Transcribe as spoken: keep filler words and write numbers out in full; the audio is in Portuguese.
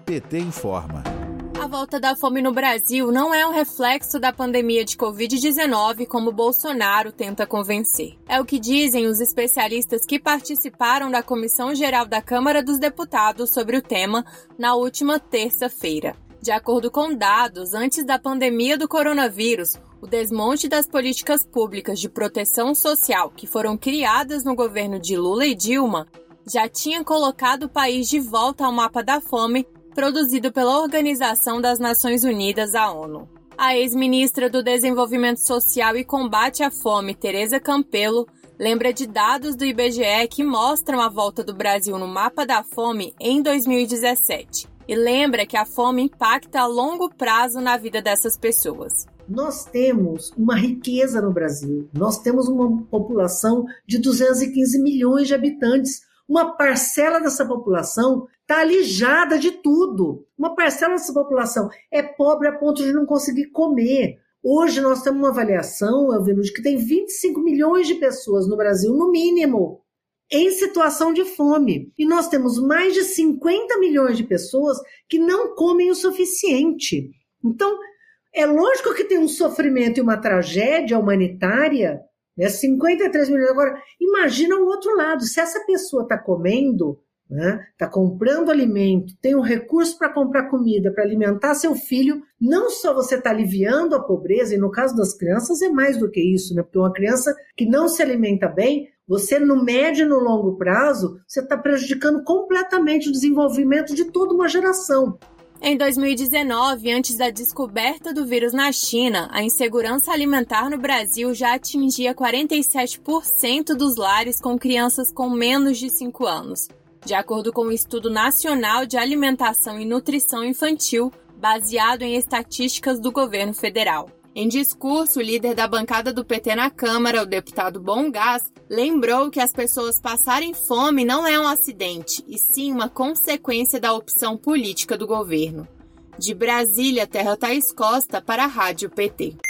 P T informa. A volta da fome no Brasil não é um reflexo da pandemia de covid dezenove, como Bolsonaro tenta convencer. É o que dizem os especialistas que participaram da Comissão Geral da Câmara dos Deputados sobre o tema na última terça-feira. De acordo com dados, antes da pandemia do coronavírus, o desmonte das políticas públicas de proteção social que foram criadas no governo de Lula e Dilma já tinha colocado o país de volta ao mapa da fome produzido pela Organização das Nações Unidas, a ONU. A ex-ministra do Desenvolvimento Social e Combate à Fome, Tereza Campelo, lembra de dados do I B G E que mostram a volta do Brasil no mapa da fome em dois mil e dezessete. E lembra que a fome impacta a longo prazo na vida dessas pessoas. Nós temos uma riqueza no Brasil. Nós temos uma população de duzentos e quinze milhões de habitantes. Uma parcela dessa população está alijada de tudo. Uma parcela dessa população é pobre a ponto de não conseguir comer. Hoje nós temos uma avaliação, Elvino, de que tem vinte e cinco milhões de pessoas no Brasil, no mínimo, em situação de fome. E nós temos mais de cinquenta milhões de pessoas que não comem o suficiente. Então, é lógico que tem um sofrimento e uma tragédia humanitária, né? cinquenta e três milhões. Agora, imagina o outro lado. Se essa pessoa está comendo, né? Está comprando alimento, tem um recurso para comprar comida, para alimentar seu filho, não só você está aliviando a pobreza, e no caso das crianças é mais do que isso, né? Porque uma criança que não se alimenta bem, você no médio e no longo prazo, você está prejudicando completamente o desenvolvimento de toda uma geração. Em dois mil e dezenove, antes da descoberta do vírus na China, a insegurança alimentar no Brasil já atingia quarenta e sete por cento dos lares com crianças com menos de cinco anos, de acordo com o Estudo Nacional de Alimentação e Nutrição Infantil, baseado em estatísticas do governo federal. Em discurso, o líder da bancada do P T na Câmara, o deputado Bom Gás, lembrou que as pessoas passarem fome não é um acidente, e sim uma consequência da opção política do governo. De Brasília, Terra Thaís Costa, para a Rádio P T.